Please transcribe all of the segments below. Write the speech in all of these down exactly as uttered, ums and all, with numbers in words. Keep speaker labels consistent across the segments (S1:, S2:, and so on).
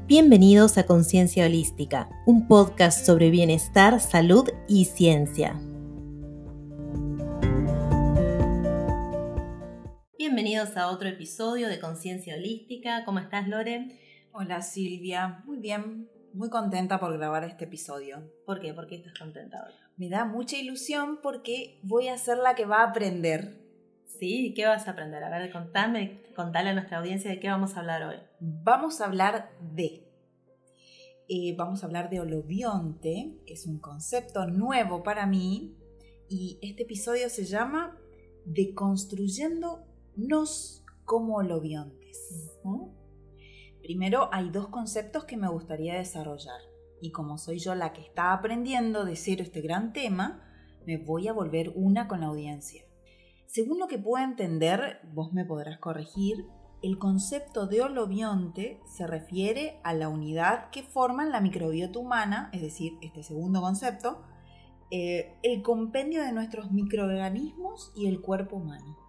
S1: Bienvenidos a Conciencia Holística, un podcast sobre bienestar, salud y ciencia. Bienvenidos a otro episodio de Conciencia Holística. ¿Cómo estás, Lore?
S2: Hola, Silvia. Muy bien, muy contenta por grabar este episodio.
S1: ¿Por qué? ¿Por qué estás contenta hoy?
S2: Me da mucha ilusión porque voy a ser la que va a aprender.
S1: ¿Sí? ¿Qué vas a aprender? A ver, contame, contale a nuestra audiencia de qué vamos a hablar hoy.
S2: Vamos a hablar de... Eh, vamos a hablar de holobionte, que es un concepto nuevo para mí, y este episodio se llama Deconstruyéndonos como holobiontes.
S1: ¿Mm?
S2: Primero, hay dos conceptos que me gustaría desarrollar, y como soy yo la que está aprendiendo de cero este gran tema, me voy a volver una con la audiencia. Según lo que puedo entender, vos me podrás corregir, el concepto de holobionte se refiere a la unidad que forman la microbiota humana, es decir, este segundo concepto, eh, el compendio de nuestros microorganismos y el cuerpo humano.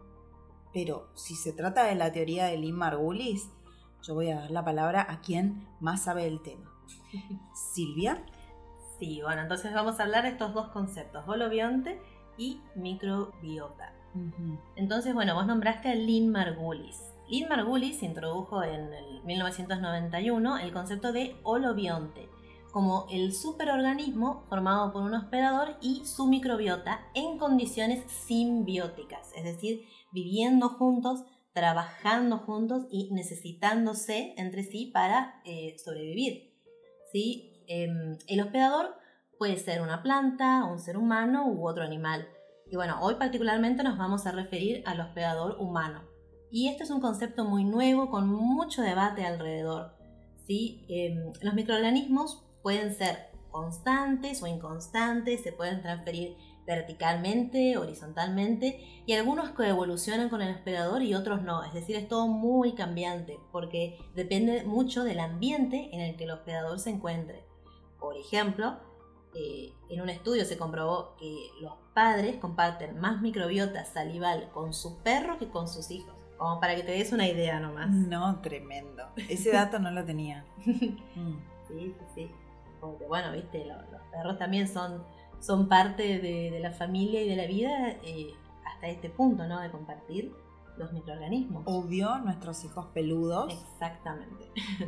S2: Pero si se trata de la teoría de Lynn Margulis, yo voy a dar la palabra a quien más sabe del tema. Silvia.
S1: Sí, bueno, entonces vamos a hablar de estos dos conceptos, holobionte y microbiota. Uh-huh. Entonces, bueno, vos nombraste a Lynn Margulis. Lynn Margulis introdujo en el mil novecientos noventa y uno el concepto de holobionte, como el superorganismo formado por un hospedador y su microbiota en condiciones simbióticas, es decir, viviendo juntos, trabajando juntos y necesitándose entre sí para eh, sobrevivir. ¿Sí? Eh, el hospedador puede ser una planta, un ser humano u otro animal. Y bueno, hoy particularmente nos vamos a referir al hospedador humano. Y este es un concepto muy nuevo con mucho debate alrededor. ¿Sí? Eh, los microorganismos pueden ser constantes o inconstantes, se pueden transferir verticalmente, horizontalmente, y algunos coevolucionan con el hospedador y otros no. Es decir, es todo muy cambiante porque depende mucho del ambiente en el que el hospedador se encuentre. Por ejemplo, eh, en un estudio se comprobó que los padres comparten más microbiota salival con su perro que con sus hijos. Como para que te des una idea nomás.
S2: No, tremendo. Ese dato no lo tenía.
S1: mm. Sí, sí, sí. Porque bueno, viste, los, los perros también son, son parte de, de la familia y de la vida eh, hasta este punto, ¿no? De compartir los microorganismos.
S2: Obvio, nuestros hijos peludos.
S1: Exactamente.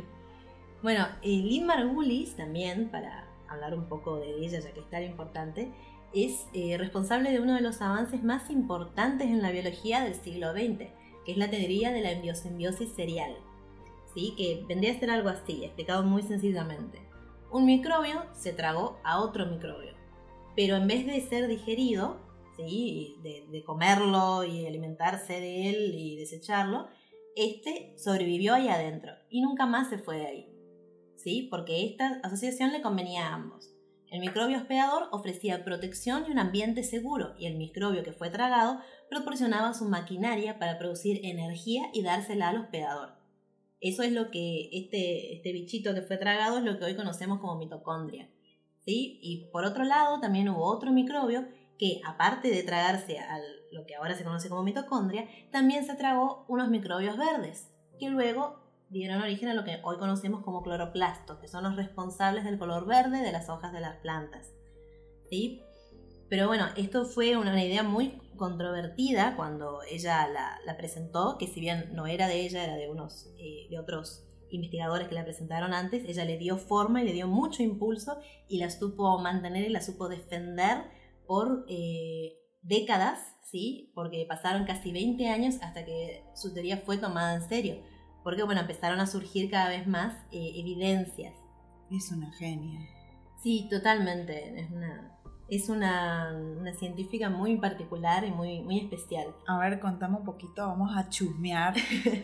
S1: Bueno, eh, Lynn Margulis también, para hablar un poco de ella, ya que es tan importante, es eh, responsable de uno de los avances más importantes en la biología del siglo veinte, que es la teoría de la biosimbiosis serial, ¿sí? Que vendría a ser algo así, explicado muy sencillamente. Un microbio se tragó a otro microbio, pero en vez de ser digerido, ¿sí? de, de comerlo y alimentarse de él y desecharlo, este sobrevivió ahí adentro y nunca más se fue de ahí. ¿Sí? Porque esta asociación le convenía a ambos. El microbio hospedador ofrecía protección y un ambiente seguro, y el microbio que fue tragado proporcionaba su maquinaria para producir energía y dársela al hospedador. Eso es lo que este, este bichito que fue tragado es lo que hoy conocemos como mitocondria. ¿Sí? Y por otro lado también hubo otro microbio que, aparte de tragarse a lo que ahora se conoce como mitocondria, también se tragó unos microbios verdes, que luego dieron origen a lo que hoy conocemos como cloroplastos, que son los responsables del color verde de las hojas de las plantas. ¿Sí? Pero bueno, esto fue una, una idea muy controvertida cuando ella la, la presentó, que si bien no era de ella, era de, unos, eh, de otros investigadores que la presentaron antes. Ella le dio forma y le dio mucho impulso y la supo mantener y la supo defender por eh, décadas, ¿sí? Porque pasaron casi veinte años hasta que su teoría fue tomada en serio. Porque bueno, empezaron a surgir cada vez más eh, evidencias.
S2: Es una genia.
S1: Sí, totalmente. Es una, es una, una científica muy particular y muy, muy especial.
S2: A ver, contame un poquito, vamos a chusmear.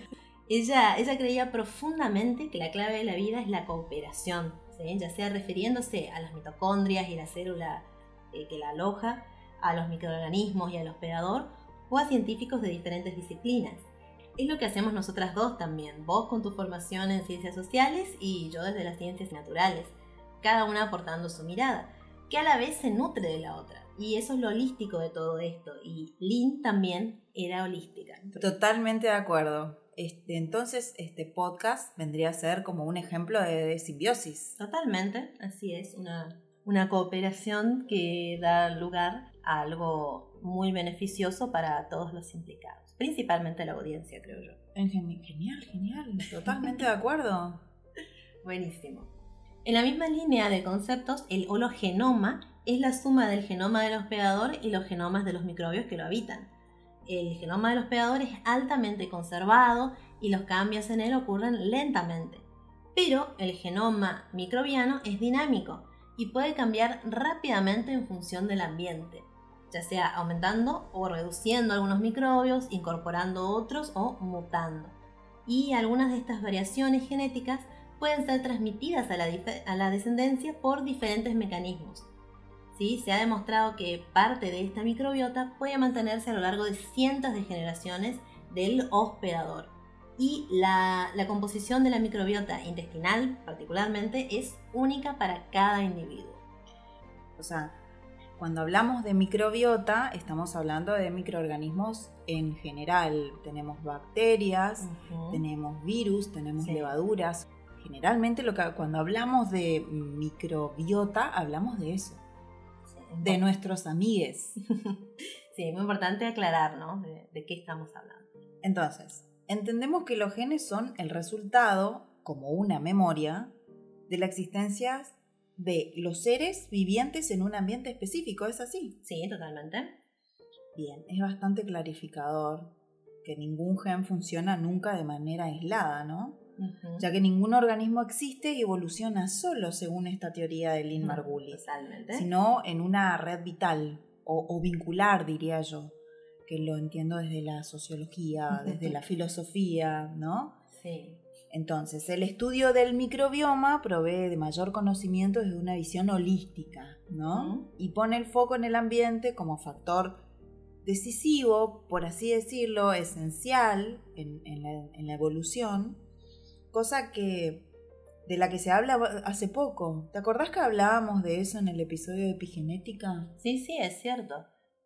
S1: ella, ella creía profundamente que la clave de la vida es la cooperación, ¿sí? Ya sea refiriéndose a las mitocondrias y la célula eh, que la aloja, a los microorganismos y al hospedador, o a científicos de diferentes disciplinas. Es lo que hacemos nosotras dos también, vos con tu formación en ciencias sociales y yo desde las ciencias naturales, cada una aportando su mirada, que a la vez se nutre de la otra. Y eso es lo holístico de todo esto, y Lynn también era holística.
S2: Totalmente de acuerdo. este, entonces este podcast vendría a ser como un ejemplo de, de simbiosis.
S1: Totalmente, así es, una, una cooperación que da lugar a algo muy beneficioso para todos los implicados, principalmente la audiencia, creo yo.
S2: Genial, genial, totalmente de acuerdo.
S1: Buenísimo. En la misma línea de conceptos, el hologenoma es la suma del genoma del hospedador y los genomas de los microbios que lo habitan. El genoma del hospedador es altamente conservado y los cambios en él ocurren lentamente. Pero el genoma microbiano es dinámico y puede cambiar rápidamente en función del ambiente, ya sea aumentando o reduciendo algunos microbios, incorporando otros o mutando. Y algunas de estas variaciones genéticas pueden ser transmitidas a la, a la descendencia por diferentes mecanismos. ¿Sí? Se ha demostrado que parte de esta microbiota puede mantenerse a lo largo de cientos de generaciones del hospedador. Y la, la composición de la microbiota intestinal, particularmente, es única para cada individuo.
S2: O sea, cuando hablamos de microbiota, estamos hablando de microorganismos en general. Tenemos bacterias, uh-huh. tenemos virus, tenemos sí. levaduras. Generalmente lo que, cuando hablamos de microbiota, hablamos de eso. De nuestros amigues.
S1: Sí, muy importante aclarar, ¿no? De, de qué estamos hablando.
S2: Entonces, entendemos que los genes son el resultado, como una memoria, de la existencia de los seres vivientes en un ambiente específico, ¿es así?
S1: Sí, totalmente.
S2: Bien, es bastante clarificador que ningún gen funciona nunca de manera aislada, ¿no? Uh-huh. Ya que ningún organismo existe y evoluciona solo según esta teoría de Lynn Margulis,
S1: Totalmente.
S2: sino en una red vital o, o vincular, diría yo, que lo entiendo desde la sociología, desde la filosofía, ¿no?
S1: Sí.
S2: Entonces, el estudio del microbioma provee de mayor conocimiento desde una visión holística, ¿no? Uh-huh. Y pone el foco en el ambiente como factor decisivo, por así decirlo, esencial en, en, la, en la evolución. Cosa que de la que se habla hace poco. ¿Te acordás que hablábamos de eso en el episodio de epigenética?
S1: Sí, sí, es cierto.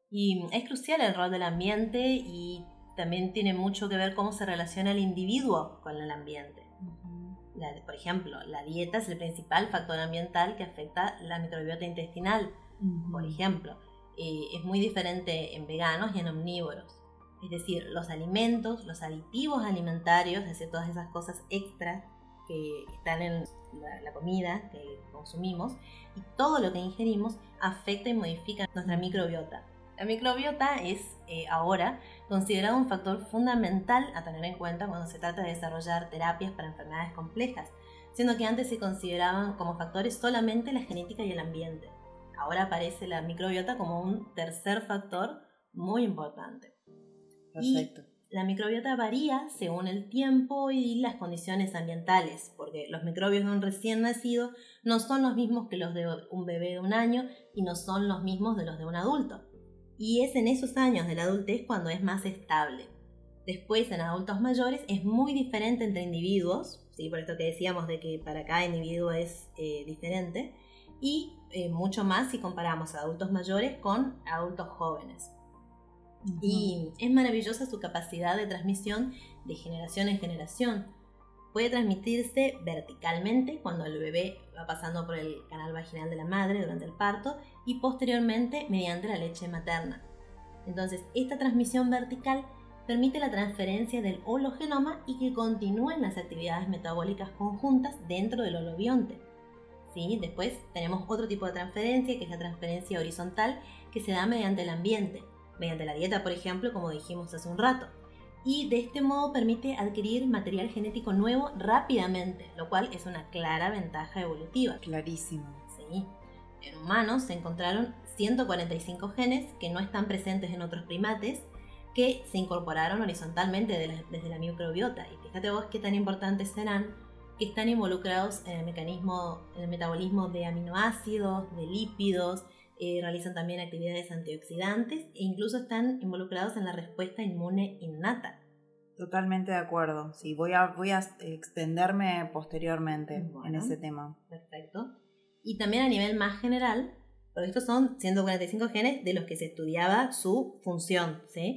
S1: Y es crucial el rol del ambiente y también tiene mucho que ver cómo se relaciona el individuo con el ambiente. Uh-huh. La, por ejemplo, la dieta es el principal factor ambiental que afecta la microbiota intestinal. Uh-huh. Por ejemplo, eh, es muy diferente en veganos y en omnívoros. Es decir, los alimentos, los aditivos alimentarios, es decir, todas esas cosas extras que están en la, la comida que consumimos y todo lo que ingerimos afecta y modifica nuestra microbiota. La microbiota es eh, ahora considerado un factor fundamental a tener en cuenta cuando se trata de desarrollar terapias para enfermedades complejas, siendo que antes se consideraban como factores solamente la genética y el ambiente. Ahora aparece la microbiota como un tercer factor muy importante.
S2: Perfecto.
S1: Y la microbiota varía según el tiempo y las condiciones ambientales, porque los microbios de un recién nacido no son los mismos que los de un bebé de un año y no son los mismos de los de un adulto. Y es en esos años de la adultez cuando es más estable. Después, en adultos mayores, es muy diferente entre individuos, ¿sí? Por esto que decíamos de que para cada individuo es eh, diferente, y eh, mucho más si comparamos a adultos mayores con adultos jóvenes. Uh-huh. Y es maravillosa su capacidad de transmisión de generación en generación. Puede transmitirse verticalmente cuando el bebé va pasando por el canal vaginal de la madre durante el parto y posteriormente mediante la leche materna. Entonces, esta transmisión vertical permite la transferencia del hologenoma y que continúen las actividades metabólicas conjuntas dentro del holobionte. ¿Sí? Después tenemos otro tipo de transferencia, que es la transferencia horizontal, que se da mediante el ambiente, mediante la dieta, por ejemplo, como dijimos hace un rato. Y de este modo permite adquirir material genético nuevo rápidamente, lo cual es una clara ventaja evolutiva.
S2: Clarísimo.
S1: Sí. En humanos se encontraron ciento cuarenta y cinco genes que no están presentes en otros primates, que se incorporaron horizontalmente de la, desde la microbiota. Y fíjate vos qué tan importantes serán, que están involucrados en el mecanismo, en el metabolismo de aminoácidos, de lípidos, eh, realizan también actividades antioxidantes e incluso están involucrados en la respuesta inmune innata.
S2: Totalmente de acuerdo. Sí, voy a, voy a extenderme posteriormente bueno, en ese tema.
S1: Perfecto. Y también a nivel más general, porque estos son ciento cuarenta y cinco genes de los que se estudiaba su función, ¿sí?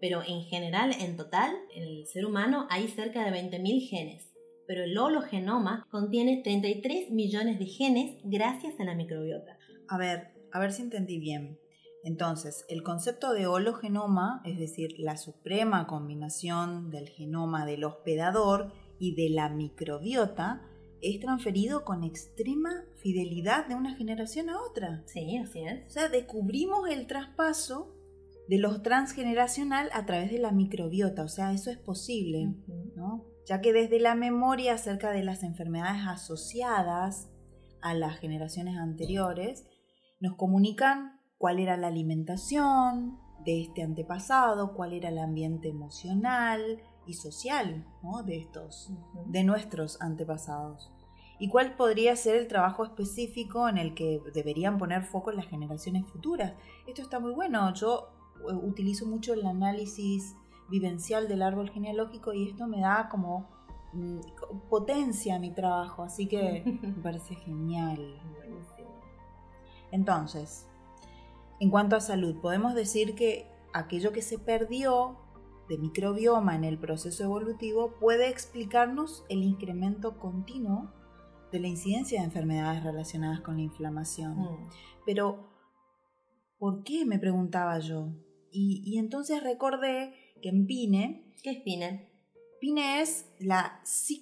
S1: pero en general, en total, en el ser humano hay cerca de veinte mil genes. Pero el hologenoma contiene treinta y tres millones de genes gracias a la microbiota.
S2: A ver, a ver si entendí bien. Entonces, el concepto de hologenoma, es decir, la suprema combinación del genoma del hospedador y de la microbiota, es transferido con extrema fidelidad de una generación a otra.
S1: Sí, así es.
S2: O sea, descubrimos el traspaso de lo transgeneracional a través de la microbiota. O sea, eso es posible, uh-huh. ¿no? Ya que desde la memoria acerca de las enfermedades asociadas a las generaciones anteriores, nos comunican cuál era la alimentación de este antepasado, cuál era el ambiente emocional y social, ¿no? de estos, uh-huh. de nuestros antepasados. Y cuál podría ser el trabajo específico en el que deberían poner foco en las generaciones futuras. Esto está muy bueno. Yo utilizo mucho el análisis vivencial del árbol genealógico y esto me da como mm, potencia a mi trabajo, así que me parece genial. Entonces, en cuanto a salud, podemos decir que aquello que se perdió de microbioma en el proceso evolutivo puede explicarnos el incremento continuo de la incidencia de enfermedades relacionadas con la inflamación. Mm. Pero, ¿por qué? Me preguntaba yo. Y, y entonces recordé que en PINE...
S1: ¿Qué es PINE?
S2: PINE es la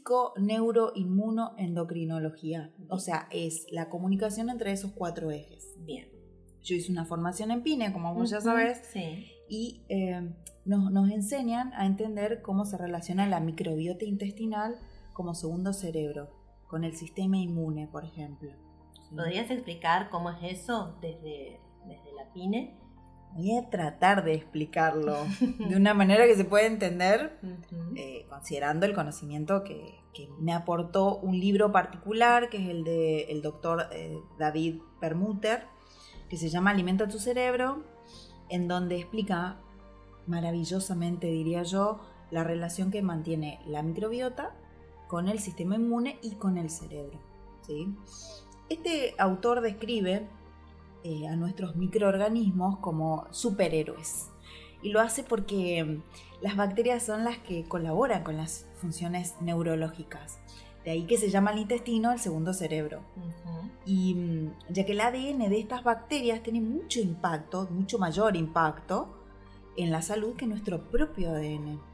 S2: psiconeuroinmunoendocrinología. O sea, es la comunicación entre esos cuatro ejes.
S1: Bien.
S2: Yo hice una formación en PINE, como vos uh-huh, ya sabés.
S1: Sí.
S2: Y eh, nos, nos enseñan a entender cómo se relaciona la microbiota intestinal como segundo cerebro con el sistema inmune, por ejemplo.
S1: ¿Podrías explicar cómo es eso desde, desde la PINE?
S2: Voy a tratar de explicarlo de una manera que se pueda entender, uh-huh. eh, considerando el conocimiento que, que me aportó un libro particular, que es el del doctor eh, David Perlmutter, que se llama Alimenta tu cerebro, en donde explica maravillosamente, diría yo, la relación que mantiene la microbiota con el sistema inmune y con el cerebro, ¿sí? Este autor describe eh, a nuestros microorganismos como superhéroes y lo hace porque las bacterias son las que colaboran con las funciones neurológicas. De ahí que se llama el intestino el segundo cerebro. Uh-huh. Y ya que el A D N de estas bacterias tiene mucho impacto, mucho mayor impacto en la salud que nuestro propio A D N.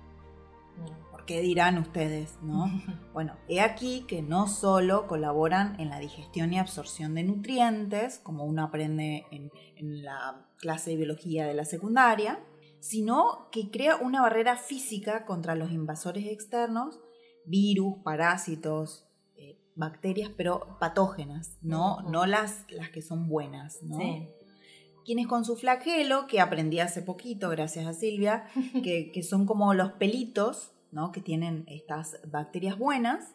S2: ¿Por qué dirán ustedes, no? Bueno, he aquí que no solo colaboran en la digestión y absorción de nutrientes, como uno aprende en, en la clase de biología de la secundaria, sino que crea una barrera física contra los invasores externos, virus, parásitos, eh, bacterias, pero patógenas, ¿no? Uh-huh. No las, las que son buenas, ¿no? Sí. Quienes con su flagelo, que aprendí hace poquito, gracias a Silvia, que, que son como los pelitos, ¿no? Que tienen estas bacterias buenas,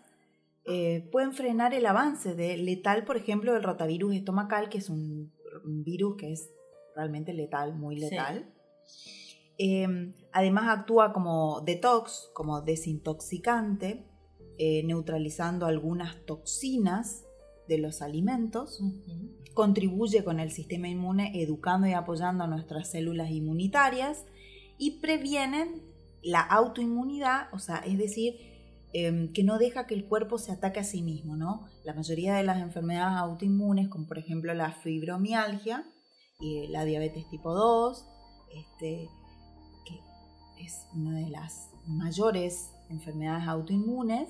S2: eh, pueden frenar el avance de letal, por ejemplo, del rotavirus estomacal, que es un, un virus que es realmente letal, muy letal. Sí. Eh, además actúa como detox, como desintoxicante, eh, neutralizando algunas toxinas de los alimentos, uh-huh. Contribuye con el sistema inmune educando y apoyando a nuestras células inmunitarias y previenen la autoinmunidad, o sea, es decir, eh, que no deja que el cuerpo se ataque a sí mismo, ¿no? La mayoría de las enfermedades autoinmunes, como por ejemplo la fibromialgia y la diabetes tipo dos, este, que es una de las mayores enfermedades autoinmunes,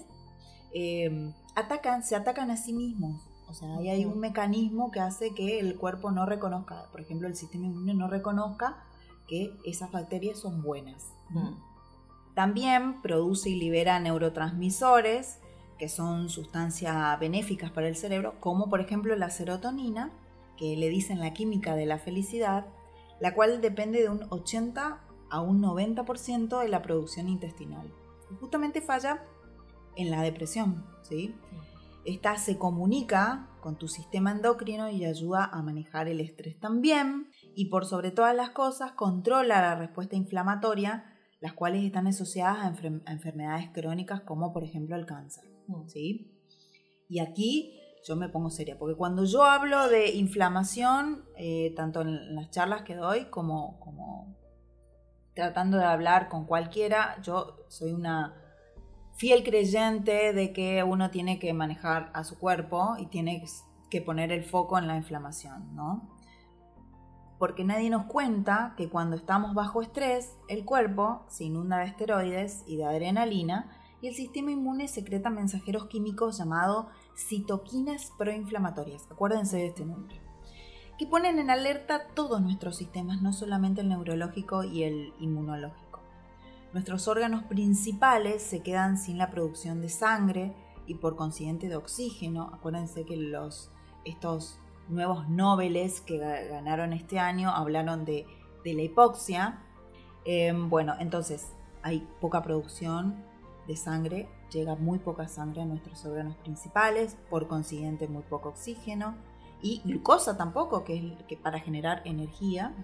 S2: eh, atacan, se atacan a sí mismos. O sea, ahí hay un mecanismo que hace que el cuerpo no reconozca, por ejemplo, el sistema inmune no reconozca que esas bacterias son buenas. Mm. También produce y libera neurotransmisores, que son sustancias benéficas para el cerebro, como por ejemplo la serotonina, que le dicen la química de la felicidad, la cual depende de un ochenta a un noventa por ciento de la producción intestinal. Y justamente falla en la depresión, ¿sí? Sí. Esta se comunica con tu sistema endocrino y ayuda a manejar el estrés también. Y por sobre todas las cosas, controla la respuesta inflamatoria, las cuales están asociadas a, enfer- a enfermedades crónicas como por ejemplo el cáncer. ¿Sí? Y aquí yo me pongo seria, porque cuando yo hablo de inflamación, eh, tanto en las charlas que doy como, como tratando de hablar con cualquiera, yo soy una fiel creyente de que uno tiene que manejar a su cuerpo y tiene que poner el foco en la inflamación, ¿no? Porque nadie nos cuenta que cuando estamos bajo estrés, el cuerpo se inunda de esteroides y de adrenalina y el sistema inmune secreta mensajeros químicos llamados citoquinas proinflamatorias. Acuérdense de este nombre. Que ponen en alerta todos nuestros sistemas, no solamente el neurológico y el inmunológico. Nuestros órganos principales se quedan sin la producción de sangre y por consiguiente de oxígeno. Acuérdense que los, estos nuevos Nobeles que ganaron este año hablaron de, de la hipoxia. Eh, bueno, entonces hay poca producción de sangre, llega muy poca sangre a nuestros órganos principales, por consiguiente muy poco oxígeno y glucosa tampoco, que es que para generar energía.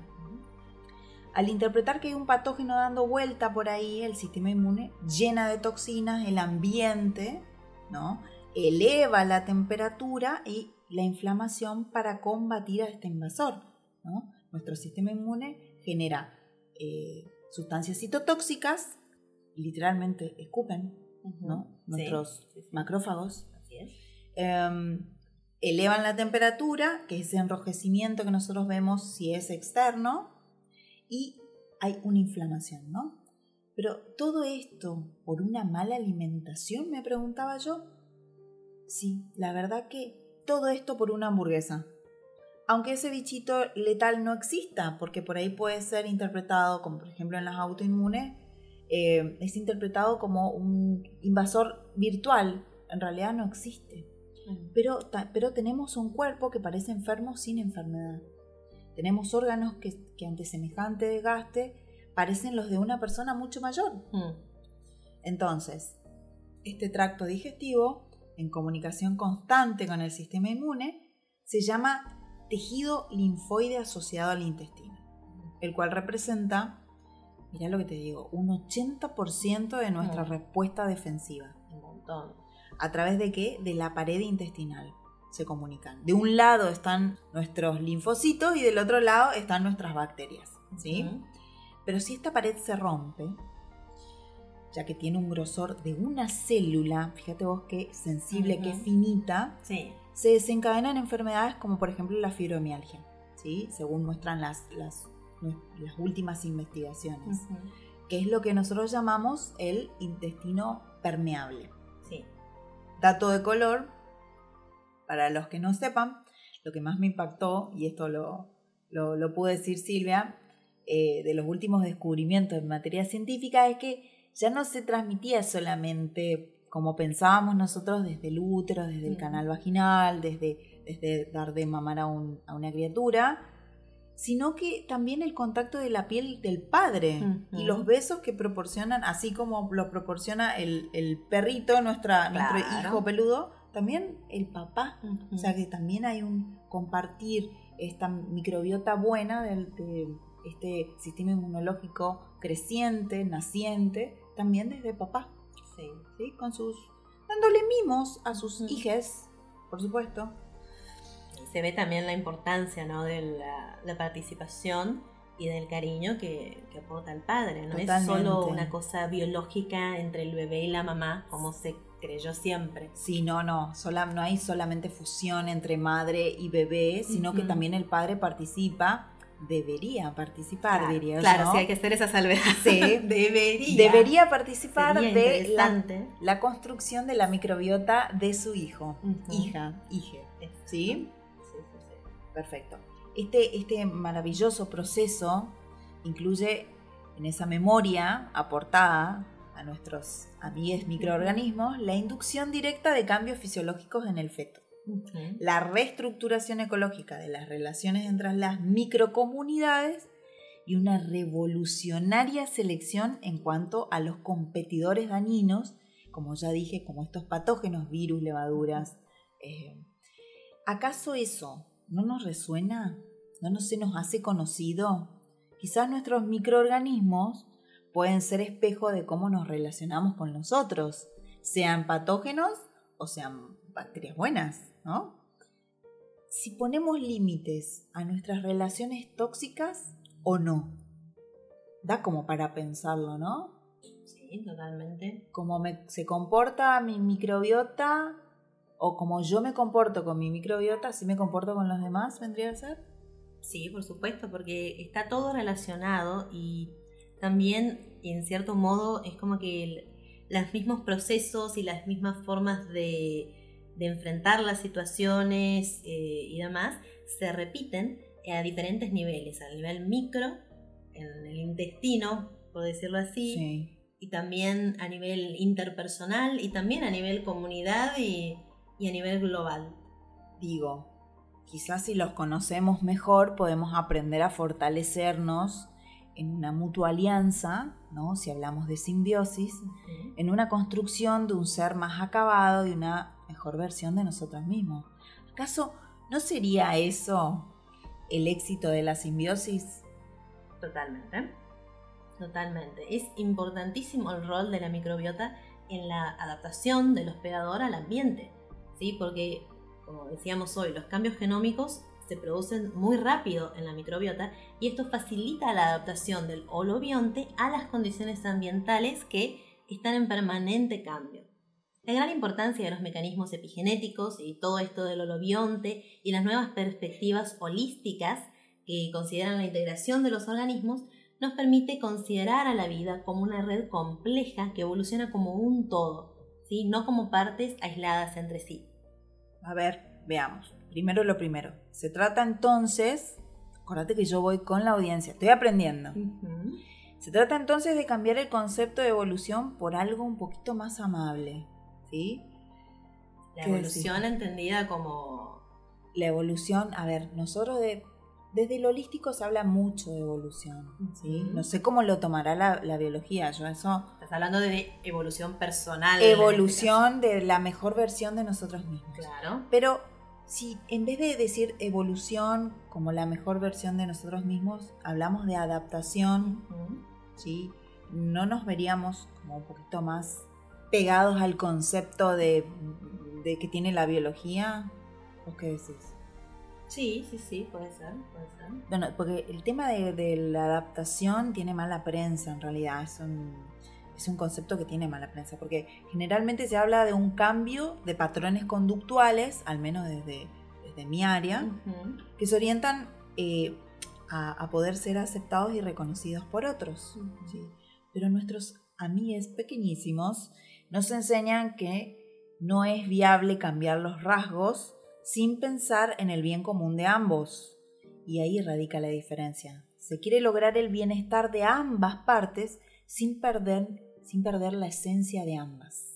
S2: Al interpretar que hay un patógeno dando vuelta por ahí, el sistema inmune llena de toxinas, el ambiente, ¿no?, eleva la temperatura y la inflamación para combatir a este invasor, ¿no? Nuestro sistema inmune genera eh, sustancias citotóxicas, literalmente escupen, ¿no? Uh-huh. Nuestros sí, sí, sí. macrófagos. Así es. Eh, elevan la temperatura, que es ese enrojecimiento que nosotros vemos si es externo, y hay una inflamación, ¿no? Pero todo esto por una mala alimentación, me preguntaba yo. Sí, la verdad que todo esto por una hamburguesa. Aunque ese bichito letal no exista, porque por ahí puede ser interpretado, como por ejemplo en las autoinmunes, eh, es interpretado como un invasor virtual. En realidad no existe. Mm. Pero, ta, pero tenemos un cuerpo que parece enfermo sin enfermedad. Tenemos órganos que, que ante semejante desgaste parecen los de una persona mucho mayor. Mm. Entonces, este tracto digestivo, en comunicación constante con el sistema inmune, se llama tejido linfoide asociado al intestino, el cual representa, mirá lo que te digo, un ochenta por ciento de nuestra mm. respuesta defensiva.
S1: Un montón.
S2: ¿A través de qué? De la pared intestinal se comunican. De un lado están nuestros linfocitos y del otro lado están nuestras bacterias, ¿sí? Uh-huh. Pero si esta pared se rompe, ya que tiene un grosor de una célula, fíjate vos qué sensible, uh-huh. qué finita,
S1: sí.
S2: se desencadenan enfermedades como por ejemplo la fibromialgia, ¿sí? Según muestran las, las, las últimas investigaciones, uh-huh. que es lo que nosotros llamamos el intestino permeable.
S1: Sí.
S2: Dato de color, para los que no sepan, lo que más me impactó, y esto lo, lo, lo pudo decir Silvia, eh, de los últimos descubrimientos en materia científica, es que ya no se transmitía solamente como pensábamos nosotros desde el útero, desde el canal vaginal, desde, desde dar de mamar a, un, a una criatura, sino que también el contacto de la piel del padre uh-huh. y los besos que proporcionan, así como lo proporciona el, el perrito, nuestra, claro. nuestro hijo peludo, también el papá. Uh-huh. O sea que también hay un compartir esta microbiota buena del, de este sistema inmunológico creciente, naciente, también desde papá.
S1: Sí.
S2: ¿Sí? Con sus, dándole mimos a sus uh-huh. hijes, por supuesto.
S1: Se ve también la importancia, ¿no?, de la, la participación y del cariño que, que aporta el padre. No Totalmente. Es solo una cosa biológica entre el bebé y la mamá, como se creyó siempre.
S2: Sí, no, no, sola, no hay solamente fusión entre madre y bebé, sino uh-huh. que también el padre participa, debería participar,
S1: claro,
S2: diría
S1: claro,
S2: yo.
S1: Claro, sí hay que hacer esa salvedad.
S2: Sí,
S1: debería.
S2: Debería participar
S1: Sería
S2: de la, la construcción de la microbiota de su hijo, uh-huh. hija, hije, ¿sí? Perfecto. Este, este maravilloso proceso incluye en esa memoria aportada a nuestros amigues microorganismos la inducción directa de cambios fisiológicos en el feto, uh-huh. la reestructuración ecológica de las relaciones entre las microcomunidades y una revolucionaria selección en cuanto a los competidores dañinos, como ya dije, como estos patógenos, virus, levaduras. Eh, ¿Acaso eso no nos resuena? ¿No nos, se nos hace conocido? Quizás nuestros microorganismos pueden ser espejo de cómo nos relacionamos con los otros, sean patógenos o sean bacterias buenas, ¿no? Si ponemos límites a nuestras relaciones tóxicas o no. da como para pensarlo, ¿no?
S1: Sí, totalmente.
S2: Cómo me, se comporta mi microbiota, o como yo me comporto con mi microbiota, así me comporto con los demás, ¿vendría a ser?
S1: Sí, por supuesto, porque está todo relacionado y también, en cierto modo, es como que el, los mismos procesos y las mismas formas de, de enfrentar las situaciones eh, y demás se repiten a diferentes niveles, al nivel micro, en el intestino, por decirlo así,
S2: Sí.
S1: y también a nivel interpersonal y también a nivel comunidad y, y a nivel global.
S2: Digo, quizás si los conocemos mejor podemos aprender a fortalecernos en una mutua alianza, ¿no? Si hablamos de simbiosis, uh-huh. en una construcción de un ser más acabado y una mejor versión de nosotros mismos. ¿Acaso no sería eso el éxito de la simbiosis?
S1: Totalmente, totalmente. Es importantísimo el rol de la microbiota en la adaptación del hospedador al ambiente, ¿sí? Porque, como decíamos hoy, los cambios genómicos se producen muy rápido en la microbiota y esto facilita la adaptación del holobionte a las condiciones ambientales que están en permanente cambio. La gran importancia de los mecanismos epigenéticos y todo esto del holobionte y las nuevas perspectivas holísticas que consideran la integración de los organismos nos permite considerar a la vida como una red compleja que evoluciona como un todo, ¿sí? No como partes aisladas entre sí.
S2: A ver, veamos. Primero lo primero. Se trata entonces, acuérdate que yo voy con la audiencia, estoy aprendiendo.
S1: Uh-huh.
S2: Se trata entonces de cambiar el concepto de evolución por algo un poquito más amable, ¿sí?
S1: La evolución entendida como...
S2: La evolución, a ver, nosotros de, desde el holístico se habla mucho de evolución, ¿sí? Uh-huh. No sé cómo lo tomará la, la biología, yo eso...
S1: Estás hablando de evolución personal.
S2: Evolución este de la mejor versión de nosotros mismos.
S1: Claro.
S2: Pero si en vez de decir evolución como la mejor versión de nosotros mismos, hablamos de adaptación, uh-huh. ¿sí? No nos veríamos como un poquito más pegados al concepto de, de que tiene la biología. ¿Vos qué decís?
S1: Sí, sí, sí, puede ser, puede ser.
S2: Bueno, porque el tema de, de la adaptación tiene mala prensa en realidad, es un, es un concepto que tiene mala prensa, porque generalmente se habla de un cambio de patrones conductuales, al menos desde, desde mi área, uh-huh. que se orientan eh, a, a poder ser aceptados y reconocidos por otros. Uh-huh. ¿sí? Pero nuestros amigues pequeñísimos nos enseñan que no es viable cambiar los rasgos sin pensar en el bien común de ambos. Y ahí radica la diferencia. Se quiere lograr el bienestar de ambas partes sin perder, sin perder la esencia de ambas.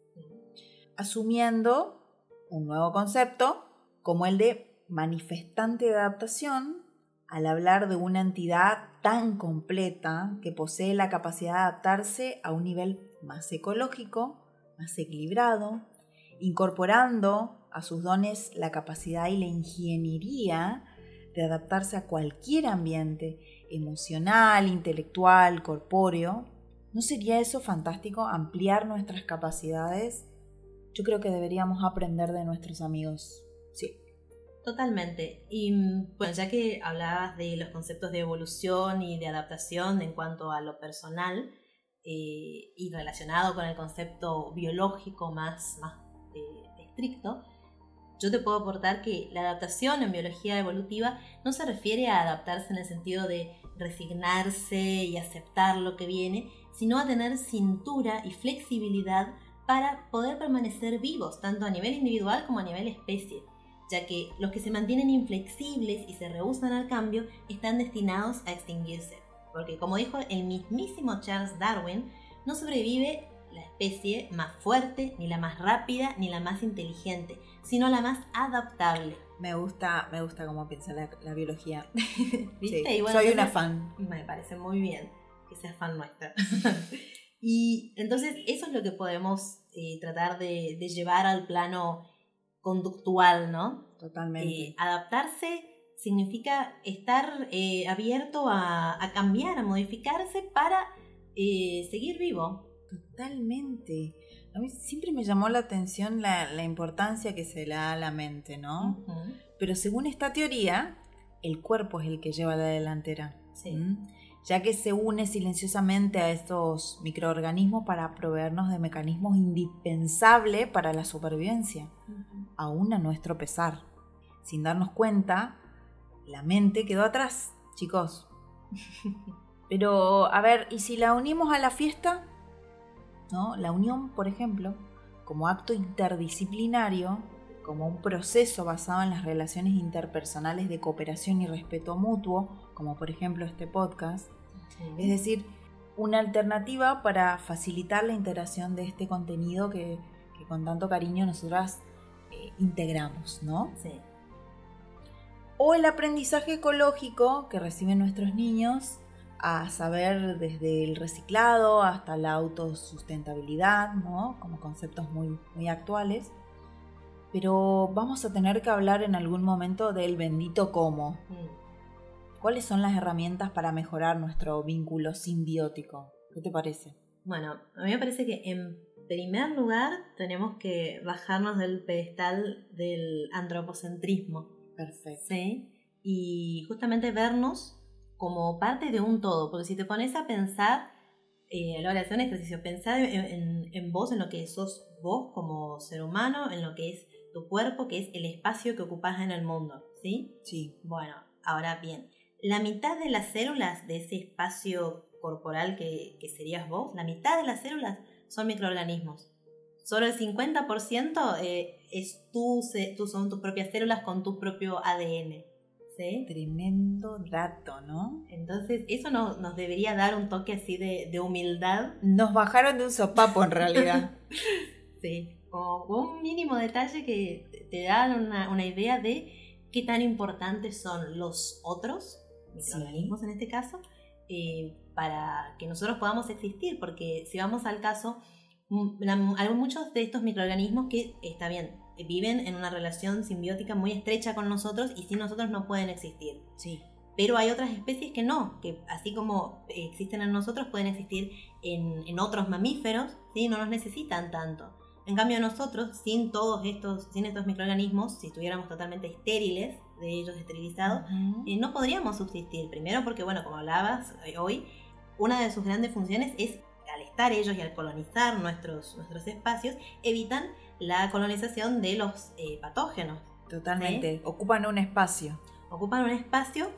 S2: Asumiendo un nuevo concepto como el de manifestante de adaptación, al hablar de una entidad tan completa que posee la capacidad de adaptarse a un nivel más ecológico, más equilibrado, incorporando a sus dones la capacidad y la ingeniería de adaptarse a cualquier ambiente emocional, intelectual, corpóreo. ¿No sería eso fantástico, ampliar nuestras capacidades? Yo creo que deberíamos aprender de nuestros amigos. Sí.
S1: Totalmente. Y bueno, ya que hablabas de los conceptos de evolución y de adaptación en cuanto a lo personal eh, y relacionado con el concepto biológico más, más eh, estricto, yo te puedo aportar que la adaptación en biología evolutiva no se refiere a adaptarse en el sentido de resignarse y aceptar lo que viene, sino a tener cintura y flexibilidad para poder permanecer vivos, tanto a nivel individual como a nivel especie, ya que los que se mantienen inflexibles y se rehúsan al cambio están destinados a extinguirse, porque como dijo el mismísimo Charles Darwin, no sobrevive la especie más fuerte, ni la más rápida, ni la más inteligente, sino la más adaptable.
S2: Me gusta, me gusta cómo piensa la, la biología.
S1: ¿Viste?
S2: Sí,
S1: y bueno,
S2: soy
S1: entonces,
S2: una fan.
S1: Me parece muy bien que seas fan nuestra. Y entonces eso es lo que podemos eh, tratar de, de llevar al plano conductual, ¿no?
S2: Totalmente.
S1: Eh, adaptarse significa estar eh, abierto a, a cambiar, a modificarse para eh, seguir vivo.
S2: Totalmente. A mí siempre me llamó la atención la, la importancia que se le da a la mente, ¿no? Uh-huh. Pero según esta teoría, el cuerpo es el que lleva la delantera.
S1: Sí.
S2: ¿Mm? ya que se une silenciosamente a estos microorganismos para proveernos de mecanismos indispensables para la supervivencia, uh-huh. aún a nuestro pesar. Sin darnos cuenta, la mente quedó atrás, chicos. Pero, a ver, ¿y si la unimos a la fiesta? ¿No? La unión, por ejemplo, como acto interdisciplinario, como un proceso basado en las relaciones interpersonales de cooperación y respeto mutuo, como por ejemplo este podcast, sí. Es decir, una alternativa para facilitar la integración de este contenido que, que con tanto cariño nosotras eh, integramos, ¿no?
S1: Sí.
S2: O el aprendizaje ecológico que reciben nuestros niños, a saber desde el reciclado hasta la autosustentabilidad, ¿no? Como conceptos muy, muy actuales. Pero vamos a tener que hablar en algún momento del bendito cómo. Mm. ¿Cuáles son las herramientas para mejorar nuestro vínculo simbiótico? ¿Qué te parece?
S1: Bueno, a mí me parece que en primer lugar tenemos que bajarnos del pedestal del antropocentrismo.
S2: Perfecto.
S1: ¿Sí? Y justamente vernos como parte de un todo, porque si te pones a pensar, eh, a la hora de hacer un ejercicio, pensar en, en, en vos, en lo que sos vos como ser humano, en lo que es tu cuerpo, que es el espacio que ocupás en el mundo, ¿sí?
S2: Sí.
S1: Bueno, ahora bien, la mitad de las células de ese espacio corporal que, que serías vos, la mitad de las células son microorganismos. Solo el cincuenta por ciento eh, es tú, tú, son tus propias células con tu propio A D N. ¿Sí?
S2: Tremendo dato, ¿no?
S1: Entonces, eso no, nos debería dar un toque así de, de humildad.
S2: Nos bajaron de un sopapo, en realidad.
S1: Sí, como un mínimo detalle que te da una, una idea de qué tan importantes son los otros, microorganismos sí. en este caso, eh, para que nosotros podamos existir. Porque si vamos al caso, hay muchos de estos microorganismos que, está bien, viven en una relación simbiótica muy estrecha con nosotros y sin nosotros no pueden existir.
S2: Sí.
S1: Pero hay otras especies que no, que así como existen en nosotros pueden existir en, en otros mamíferos, ¿sí? No nos necesitan tanto. En cambio nosotros, sin todos estos, sin estos microorganismos, si estuviéramos totalmente estériles, de ellos esterilizados, uh-huh. eh, no podríamos subsistir. Primero porque, bueno, como hablabas eh, hoy, una de sus grandes funciones es, al estar ellos y al colonizar nuestros, nuestros espacios, evitan la colonización de los eh, patógenos.
S2: Totalmente, ¿sí? Ocupan un espacio.
S1: Ocupan un espacio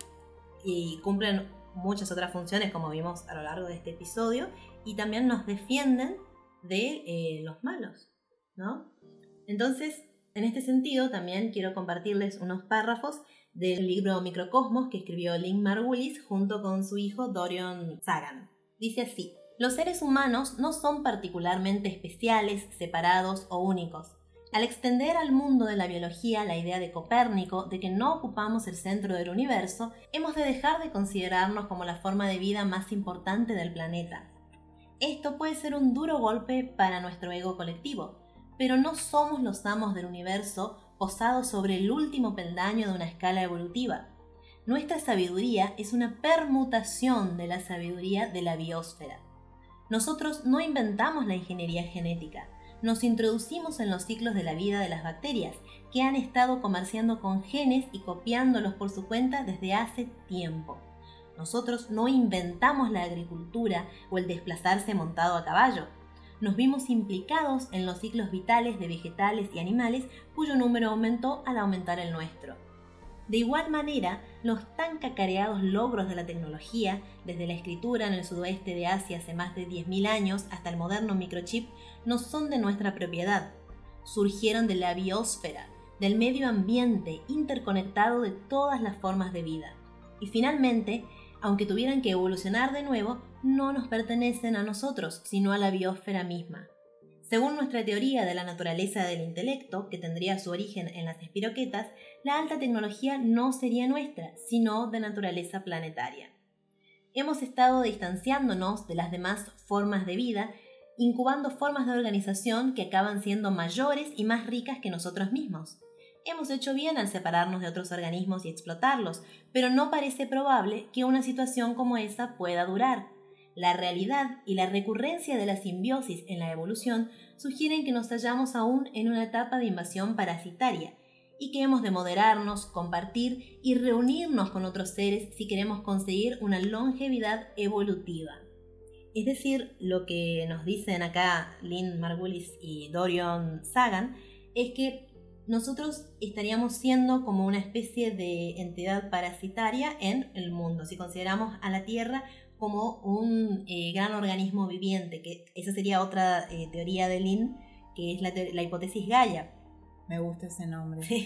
S1: y cumplen muchas otras funciones, como vimos a lo largo de este episodio, y también nos defienden de eh, los malos, ¿no? Entonces, en este sentido, también quiero compartirles unos párrafos del libro Microcosmos que escribió Lynn Margulis junto con su hijo Dorian Sagan. Dice así: los seres humanos no son particularmente especiales, separados o únicos. Al extender al mundo de la biología la idea de Copérnico de que no ocupamos el centro del universo, hemos de dejar de considerarnos como la forma de vida más importante del planeta. Esto puede ser un duro golpe para nuestro ego colectivo, pero no somos los amos del universo posados sobre el último peldaño de una escala evolutiva. Nuestra sabiduría es una permutación de la sabiduría de la biosfera. Nosotros no inventamos la ingeniería genética, nos introducimos en los ciclos de la vida de las bacterias, que han estado comerciando con genes y copiándolos por su cuenta desde hace tiempo. Nosotros no inventamos la agricultura o el desplazarse montado a caballo. Nos vimos implicados en los ciclos vitales de vegetales y animales cuyo número aumentó al aumentar el nuestro. De igual manera, los tan cacareados logros de la tecnología, desde la escritura en el sudoeste de Asia hace más de diez mil años hasta el moderno microchip, no son de nuestra propiedad. Surgieron de la biosfera, del medio ambiente interconectado de todas las formas de vida. Y finalmente, aunque tuvieran que evolucionar de nuevo, no nos pertenecen a nosotros, sino a la biosfera misma. Según nuestra teoría de la naturaleza del intelecto, que tendría su origen en las espiroquetas, la alta tecnología no sería nuestra, sino de naturaleza planetaria. Hemos estado distanciándonos de las demás formas de vida, incubando formas de organización que acaban siendo mayores y más ricas que nosotros mismos. Hemos hecho bien al separarnos de otros organismos y explotarlos, pero no parece probable que una situación como esa pueda durar. La realidad y la recurrencia de la simbiosis en la evolución sugieren que nos hallamos aún en una etapa de invasión parasitaria, y que hemos de moderarnos, compartir y reunirnos con otros seres si queremos conseguir una longevidad evolutiva. Es decir, lo que nos dicen acá Lynn Margulis y Dorian Sagan es que nosotros estaríamos siendo como una especie de entidad parasitaria en el mundo, si consideramos a la Tierra como un eh, gran organismo viviente, que esa sería otra eh, teoría de Lynn, que es la, la hipótesis Gaia.
S2: Me gusta ese nombre.
S1: Sí.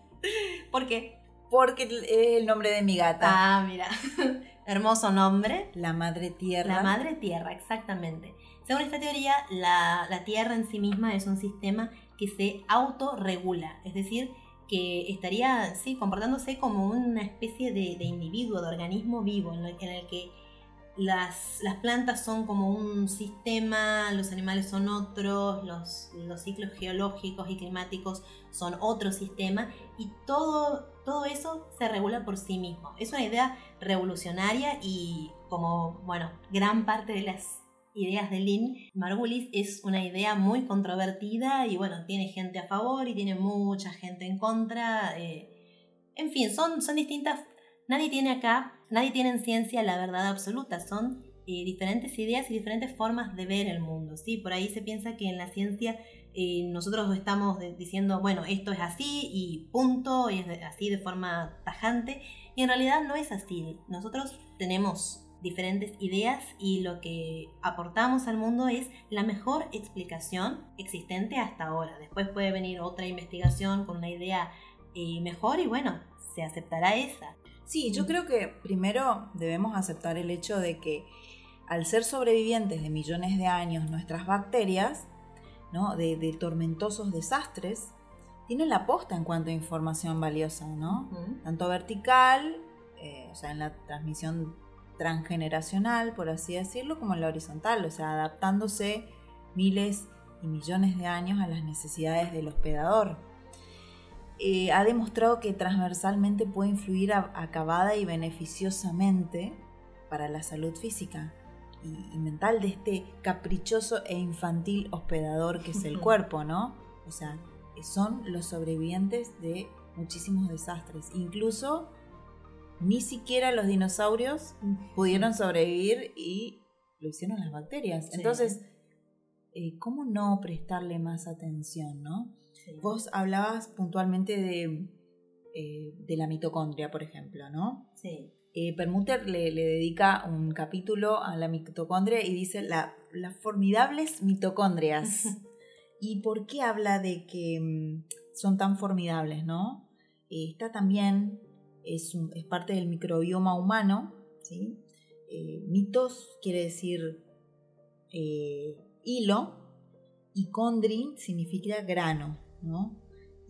S1: ¿Por qué?
S2: Porque es el nombre de mi gata.
S1: Ah, mira. Hermoso nombre.
S2: La Madre Tierra.
S1: La Madre Tierra, exactamente. Según esta teoría, la, la Tierra en sí misma es un sistema que se autorregula, es decir, que estaría sí, comportándose como una especie de, de individuo, de organismo vivo, en el, en el que las, las plantas son como un sistema, los animales son otros, los, los ciclos geológicos y climáticos son otro sistema, y todo, todo eso se regula por sí mismo. Es una idea revolucionaria y como, bueno, gran parte de las ideas de Lynn Margulis es una idea muy controvertida y bueno, tiene gente a favor y tiene mucha gente en contra. Eh, en fin, son, son distintas. Nadie tiene acá, nadie tiene en ciencia la verdad absoluta. Son eh, diferentes ideas y diferentes formas de ver el mundo, ¿sí? Por ahí se piensa que en la ciencia eh, nosotros estamos de, diciendo, bueno, esto es así y punto, y es de, así de forma tajante. Y en realidad no es así. Nosotros tenemos diferentes ideas y lo que aportamos al mundo es la mejor explicación existente hasta ahora. Después puede venir otra investigación con una idea eh, mejor y bueno, se aceptará esa.
S2: Sí, yo creo que primero debemos aceptar el hecho de que al ser sobrevivientes de millones de años nuestras bacterias, ¿no? de, de tormentosos desastres, tienen la posta en cuanto a información valiosa, ¿no? Uh-huh. Tanto vertical, eh, o sea, en la transmisión transgeneracional, por así decirlo, como en la horizontal, o sea, adaptándose miles y millones de años a las necesidades del hospedador. Eh, ha demostrado que transversalmente puede influir a, acabada y beneficiosamente para la salud física y, y mental de este caprichoso e infantil hospedador que es el cuerpo, ¿no? O sea, son los sobrevivientes de muchísimos desastres, incluso ni siquiera los dinosaurios pudieron sobrevivir y lo hicieron las bacterias. Sí. Entonces, eh, ¿cómo no prestarle más atención, no? Sí. Vos hablabas puntualmente de, eh, de la mitocondria, por ejemplo, ¿no?
S1: Sí.
S2: Eh, Permuter le, le dedica un capítulo a la mitocondria y dice la, las formidables mitocondrias. ¿Y por qué habla de que mm, son tan formidables, no? Eh, está también... Es, un, es parte del microbioma humano, ¿sí? Eh, mitos quiere decir eh, hilo y condri significa grano, ¿no?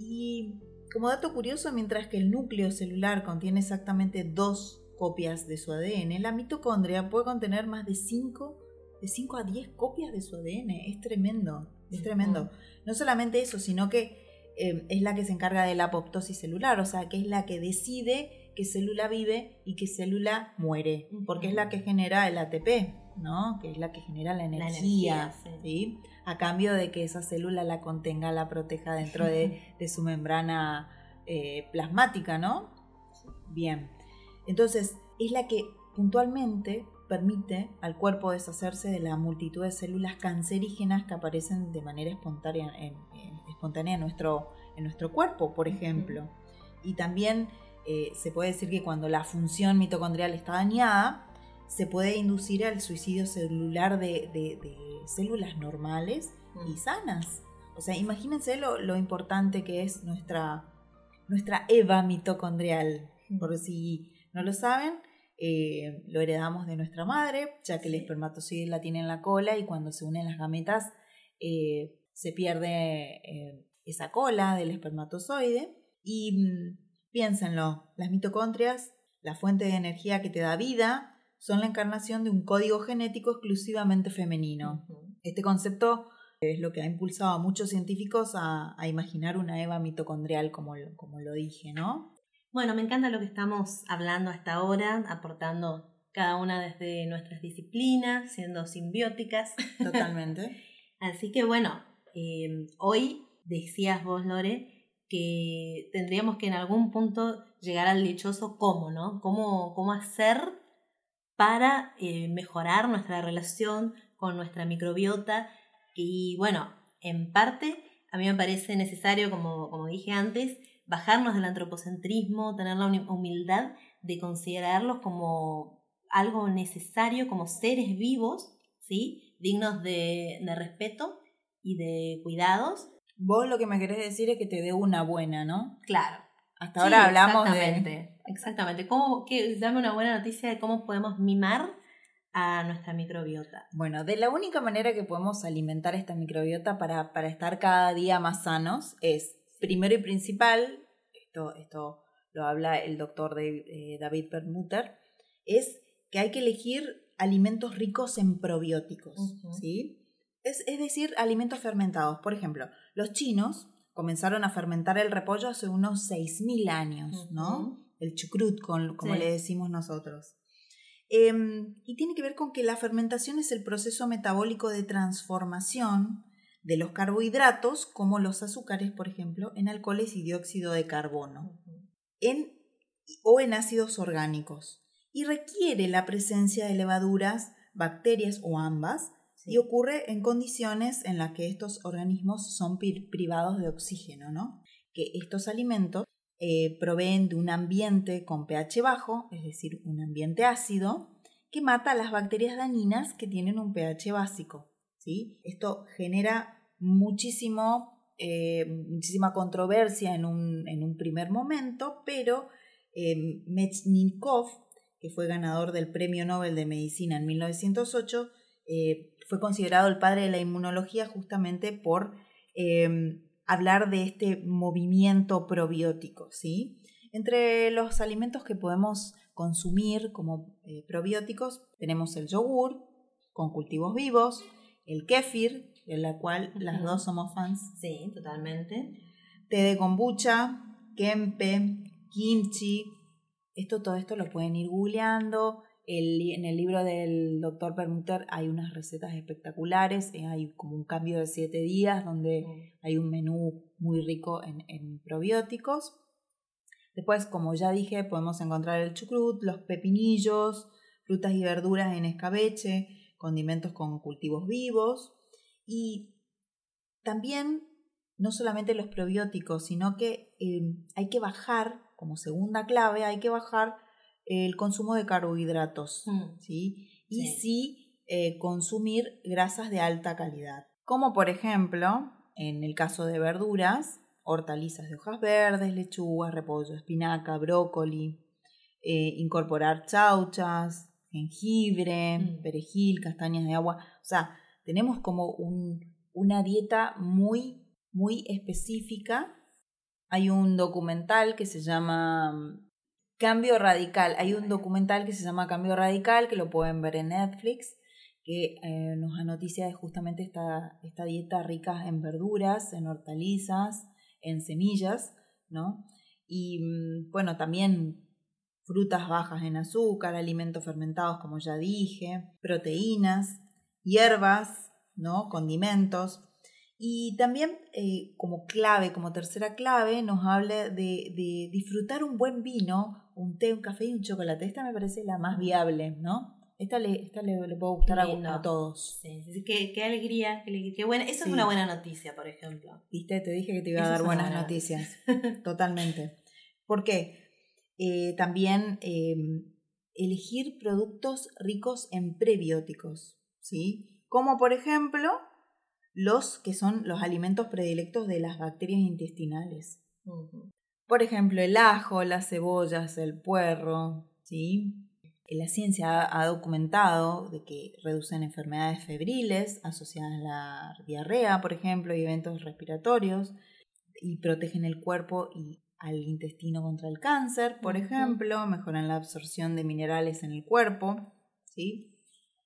S2: Y como dato curioso, mientras que el núcleo celular contiene exactamente dos copias de su A D N, la mitocondria puede contener más de cinco, de cinco a diez copias de su A D N. Es tremendo, es tremendo. No solamente eso, sino que Eh, es la que se encarga de la apoptosis celular, o sea, que es la que decide qué célula vive y qué célula muere, porque es la que genera el A T P, ¿no? Que es la que genera la energía,
S1: la energía sí.
S2: ¿sí? A cambio de que esa célula la contenga, la proteja dentro de, de su membrana eh, plasmática, ¿no? Bien, entonces es la que puntualmente permite al cuerpo deshacerse de la multitud de células cancerígenas que aparecen de manera espontánea en, en, espontánea en, nuestro, en nuestro cuerpo, por ejemplo. Uh-huh. Y también eh, se puede decir que cuando la función mitocondrial está dañada, se puede inducir al suicidio celular de, de, de células normales uh-huh. y sanas. O sea, imagínense lo, lo importante que es nuestra, nuestra Eva mitocondrial. Uh-huh. Por si no lo saben, Eh, lo heredamos de nuestra madre, ya que el espermatozoide la tiene en la cola y cuando se unen las gametas eh, se pierde eh, esa cola del espermatozoide. Y mmm, piénsenlo, las mitocondrias, la fuente de energía que te da vida, son la encarnación de un código genético exclusivamente femenino. Uh-huh. Este concepto es lo que ha impulsado a muchos científicos a, a imaginar una Eva mitocondrial, como, como lo dije, ¿no?
S1: Bueno, me encanta lo que estamos hablando hasta ahora, aportando cada una desde nuestras disciplinas, siendo simbióticas.
S2: Totalmente.
S1: Así que bueno, eh, hoy decías vos, Lore, que tendríamos que en algún punto llegar al dichoso cómo, ¿no? Cómo, cómo hacer para eh, mejorar nuestra relación con nuestra microbiota. Y bueno, en parte a mí me parece necesario, como, como dije antes, bajarnos del antropocentrismo, tener la humildad de considerarlos como algo necesario, como seres vivos, ¿sí? Dignos de, de respeto y de cuidados.
S2: Vos lo que me querés decir es que te dé una buena, ¿no?
S1: Claro.
S2: Hasta ahora
S1: sí,
S2: hablamos
S1: exactamente,
S2: de...
S1: Exactamente. ¿Cómo, qué, dame una buena noticia de cómo podemos mimar a nuestra microbiota.
S2: Bueno, de la única manera que podemos alimentar esta microbiota para, para estar cada día más sanos es, primero y principal, esto, esto lo habla el doctor David, eh, David Perlmutter, es que hay que elegir alimentos ricos en probióticos, uh-huh. ¿sí? Es, es decir, alimentos fermentados. Por ejemplo, los chinos comenzaron a fermentar el repollo hace unos seis mil años, uh-huh. ¿no? El chucrut, como sí. le decimos nosotros. Eh, y tiene que ver con que la fermentación es el proceso metabólico de transformación de los carbohidratos, como los azúcares, por ejemplo, en alcoholes y dióxido de carbono, uh-huh. en, o en ácidos orgánicos. Y requiere la presencia de levaduras, bacterias o ambas, sí. y ocurre en condiciones en las que estos organismos son privados de oxígeno, ¿no? Que estos alimentos eh, proveen de un ambiente con pH bajo, es decir, un ambiente ácido, que mata a las bacterias dañinas que tienen un pH básico, ¿sí? Esto genera muchísimo, eh, muchísima controversia en un, en un primer momento, pero eh, Mechnikov, que fue ganador del Premio Nobel de Medicina en mil novecientos ocho, eh, fue considerado el padre de la inmunología justamente por eh, hablar de este movimiento probiótico, ¿sí? Entre los alimentos que podemos consumir como eh, probióticos tenemos el yogur con cultivos vivos, el kéfir, de la cual uh-huh. las dos somos fans.
S1: Sí, totalmente.
S2: Té de kombucha, kempe, kimchi. Esto, todo esto lo pueden ir googleando. El, en el libro del doctor Perlmutter hay unas recetas espectaculares. Eh, hay como un cambio de siete días donde mm. hay un menú muy rico en, en probióticos. Después, como ya dije, podemos encontrar el chucrut, los pepinillos, frutas y verduras en escabeche, condimentos con cultivos vivos. Y también, no solamente los probióticos, sino que eh, hay que bajar, como segunda clave, hay que bajar el consumo de carbohidratos, mm. ¿sí? Y sí, sí eh, consumir grasas de alta calidad. Como por ejemplo, en el caso de verduras, hortalizas de hojas verdes, lechuga, repollo, espinaca, brócoli, eh, incorporar chauchas, jengibre, mm. perejil, castañas de agua. O sea, tenemos como un, una dieta muy, muy específica. Hay un documental que se llama Cambio Radical. Hay un documental que se llama Cambio Radical, que lo pueden ver en Netflix, que eh, nos da noticia de justamente esta, esta dieta rica en verduras, en hortalizas, en semillas, ¿no? Y bueno, también frutas bajas en azúcar, alimentos fermentados, como ya dije, proteínas, hierbas, ¿no? Condimentos. Y también eh, como clave, como tercera clave, nos habla de, de disfrutar un buen vino, un té, un café y un chocolate. Esta me parece la más viable, ¿no? Esta le, esta le, le puede gustar a, a todos.
S1: Sí, sí, qué, qué alegría, qué, qué buena. Eso sí. Es una buena noticia, por ejemplo.
S2: ¿Viste? Te dije que te iba Eso a dar buenas buena noticias. Totalmente. ¿Por qué? Eh, también eh, elegir productos ricos en prebióticos, ¿sí? Como por ejemplo los que son los alimentos predilectos de las bacterias intestinales. Uh-huh. Por ejemplo, el ajo, las cebollas, el puerro, ¿sí? La ciencia ha documentado de que reducen enfermedades febriles asociadas a la diarrea, por ejemplo, y eventos respiratorios, y protegen el cuerpo y al intestino contra el cáncer, por uh-huh. ejemplo, mejoran la absorción de minerales en el cuerpo, ¿sí?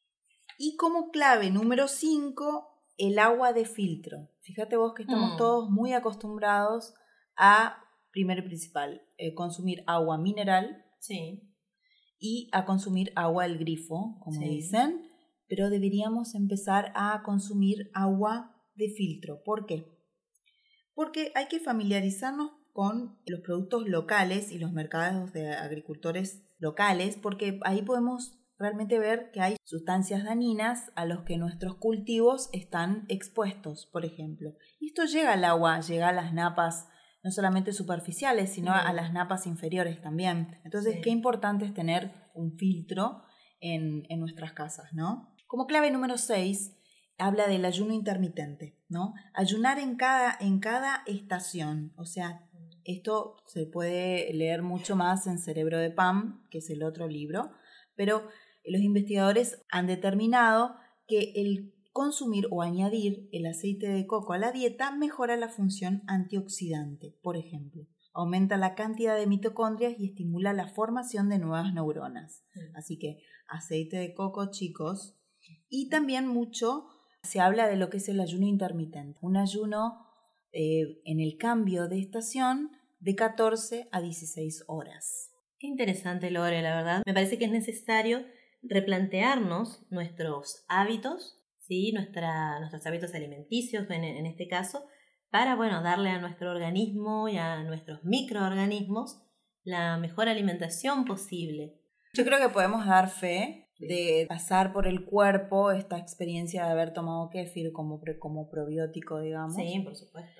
S2: Y como clave número cinco, el agua de filtro. Fíjate vos que estamos mm. todos muy acostumbrados a, primero y principal, eh, consumir agua mineral
S1: sí.
S2: y a consumir agua del grifo, como sí. dicen, pero deberíamos empezar a consumir agua de filtro. ¿Por qué? Porque hay que familiarizarnos con los productos locales y los mercados de agricultores locales, porque ahí podemos realmente ver que hay sustancias dañinas a los que nuestros cultivos están expuestos, por ejemplo. Y esto llega al agua, llega a las napas, no solamente superficiales, sino a las napas inferiores también. Entonces, sí. Qué importante es tener un filtro en, en nuestras casas, ¿no? Como clave número seis, habla del ayuno intermitente, ¿no? Ayunar en cada, en cada estación. O sea, esto se puede leer mucho más en Cerebro de Pam, que es el otro libro, pero los investigadores han determinado que el consumir o añadir el aceite de coco a la dieta mejora la función antioxidante, por ejemplo. Aumenta la cantidad de mitocondrias y estimula la formación de nuevas neuronas. Mm. Así que aceite de coco, chicos. Y también mucho se habla de lo que es el ayuno intermitente. Un ayuno eh, en el cambio de estación de catorce a dieciséis horas.
S1: Qué interesante, Lore, la verdad. Me parece que es necesario replantearnos nuestros hábitos, ¿sí? Nuestra, nuestros hábitos alimenticios en, en este caso, para bueno, darle a nuestro organismo y a nuestros microorganismos la mejor alimentación posible.
S2: Yo creo que podemos dar fe de pasar por el cuerpo esta experiencia de haber tomado kéfir como, como probiótico, digamos.
S1: Sí, por supuesto.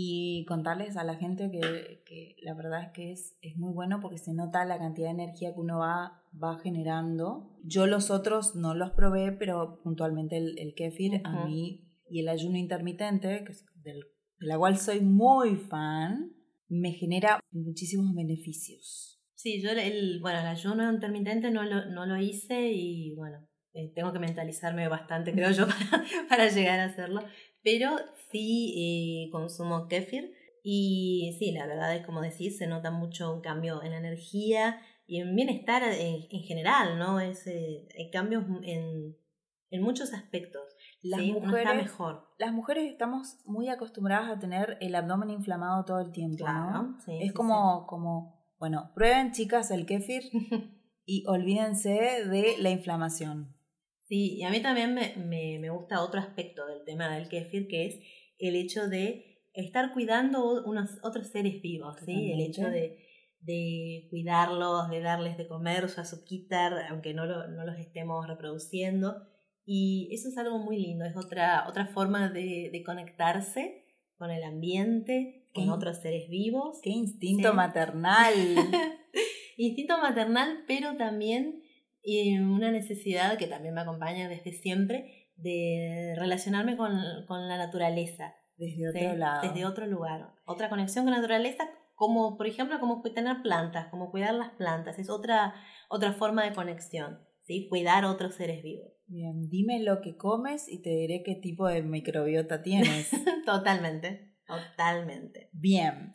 S2: Y contarles a la gente que, que la verdad es que es, es muy bueno porque se nota la cantidad de energía que uno va, va generando. Yo los otros no los probé, pero puntualmente el, el kéfir, uh-huh. a mí, y el ayuno intermitente, que es del, de la cual soy muy fan, me genera muchísimos beneficios.
S1: Sí, yo el, bueno, el ayuno intermitente no lo, no lo hice y bueno, eh, tengo que mentalizarme bastante, creo yo, para, para llegar a hacerlo. Pero sí eh, consumo kéfir y sí, la verdad es como decís, se nota mucho un cambio en la energía y en bienestar en, en general, ¿no? Es, eh, hay cambios en, en muchos aspectos.
S2: Las
S1: ¿sí?
S2: mujeres,
S1: Uno está mejor.
S2: Las mujeres estamos muy acostumbradas a tener el abdomen inflamado todo el tiempo,
S1: claro,
S2: ¿no?
S1: Sí,
S2: es
S1: sí,
S2: como...
S1: sí.
S2: como Bueno, prueben, chicas, el kéfir y olvídense de la inflamación.
S1: Sí, y a mí también me, me, me gusta otro aspecto del tema del kéfir, que es el hecho de estar cuidando unos otros seres vivos, ¿sí? El hecho de, de cuidarlos, de darles de comer su azuquita, aunque no, lo, no los estemos reproduciendo. Y eso es algo muy lindo, es otra, otra forma de, de conectarse con el ambiente, con otros seres vivos.
S2: ¡Qué instinto ¿sí? maternal!
S1: Instinto maternal, pero también eh, una necesidad que también me acompaña desde siempre de relacionarme con, con la naturaleza.
S2: Desde otro
S1: ¿sí?
S2: lado.
S1: Desde otro lugar. Otra conexión con la naturaleza, como por ejemplo como tener plantas, como cuidar las plantas. Es otra, otra forma de conexión, ¿sí? Cuidar otros seres vivos.
S2: Bien, dime lo que comes y te diré qué tipo de microbiota tienes.
S1: Totalmente. Totalmente.
S2: Bien.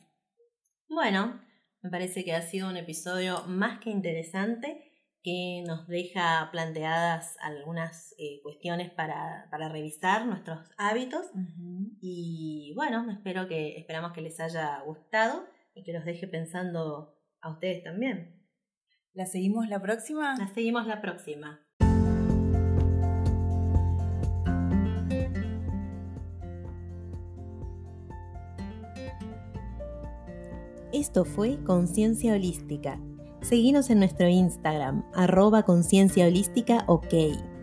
S1: Bueno, me parece que ha sido un episodio más que interesante que nos deja planteadas algunas eh, cuestiones para, para revisar nuestros hábitos. Uh-huh. Y bueno, espero que, esperamos que les haya gustado y que los deje pensando a ustedes también.
S2: ¿La seguimos la próxima?
S1: La seguimos la próxima. Esto fue Conciencia Holística. Seguinos en nuestro Instagram, arroba conciencia holística ok.